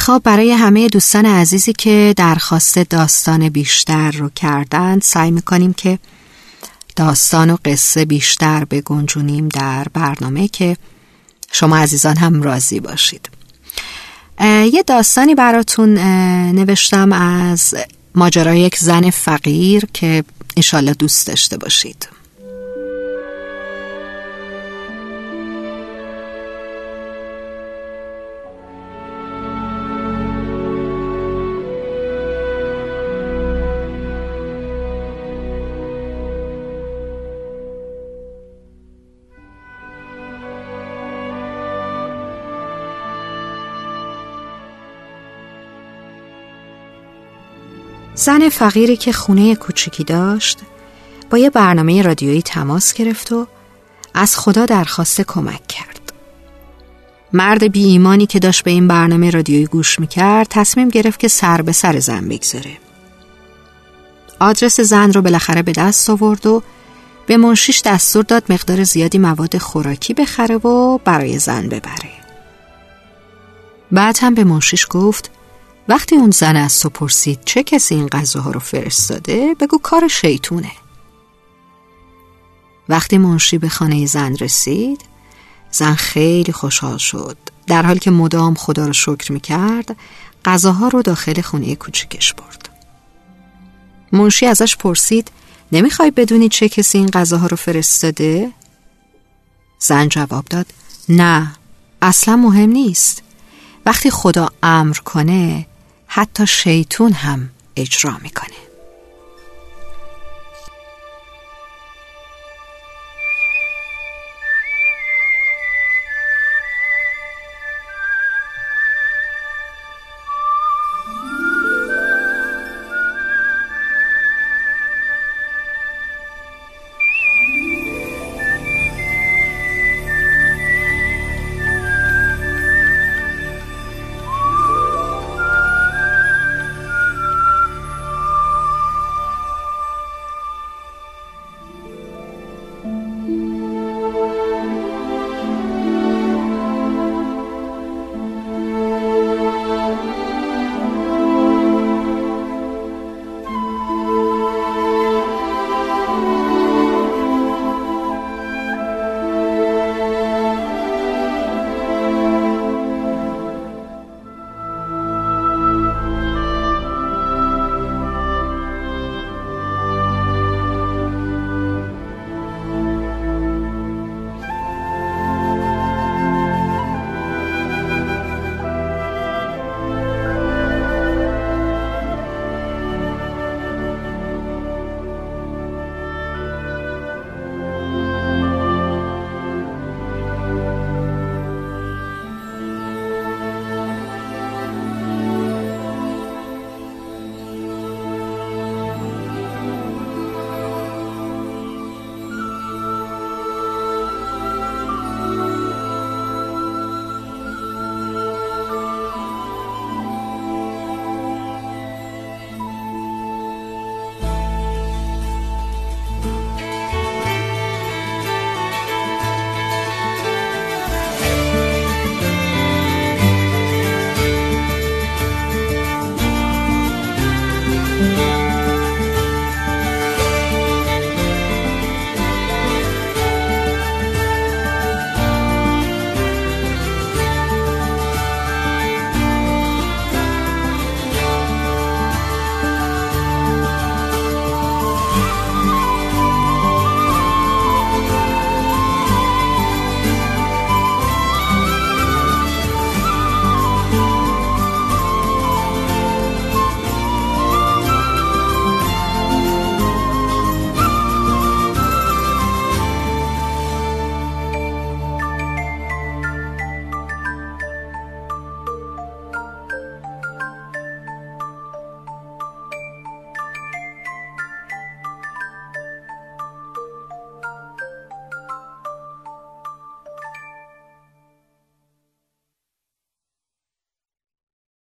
خب برای همه دوستان عزیزی که درخواست داستان بیشتر رو کردن، سعی میکنیم که داستان و قصه بیشتر بگنجونیم در برنامه که شما عزیزان هم راضی باشید. یه داستانی براتون نوشتم از ماجرای یک زن فقیر که انشالله دوست داشته باشید. زن فقیری که خونه کوچیکی داشت با یه برنامه رادیویی تماس گرفت و از خدا درخواست کمک کرد. مرد بی ایمانی که داشت به این برنامه رادیویی گوش میکرد تصمیم گرفت که سر به سر زن بگذاره. آدرس زن رو بالاخره به دست آورد و به منشیش دستور داد مقدار زیادی مواد خوراکی بخره و برای زن ببره. بعد هم به منشیش گفت وقتی اون زن از تو پرسید چه کسی این غذاها رو فرستاده، بگو کار شیطونه. وقتی منشی به خانه زن رسید، زن خیلی خوشحال شد. در حالی که مدام خدا رو شکر میکرد، غذاها رو داخل خونه کوچیکش برد. منشی ازش پرسید نمیخوای بدونی چه کسی این غذاها رو فرستاده؟ زن جواب داد نه، اصلا مهم نیست. وقتی خدا امر کنه حتی شیطون هم اجرا میکنه.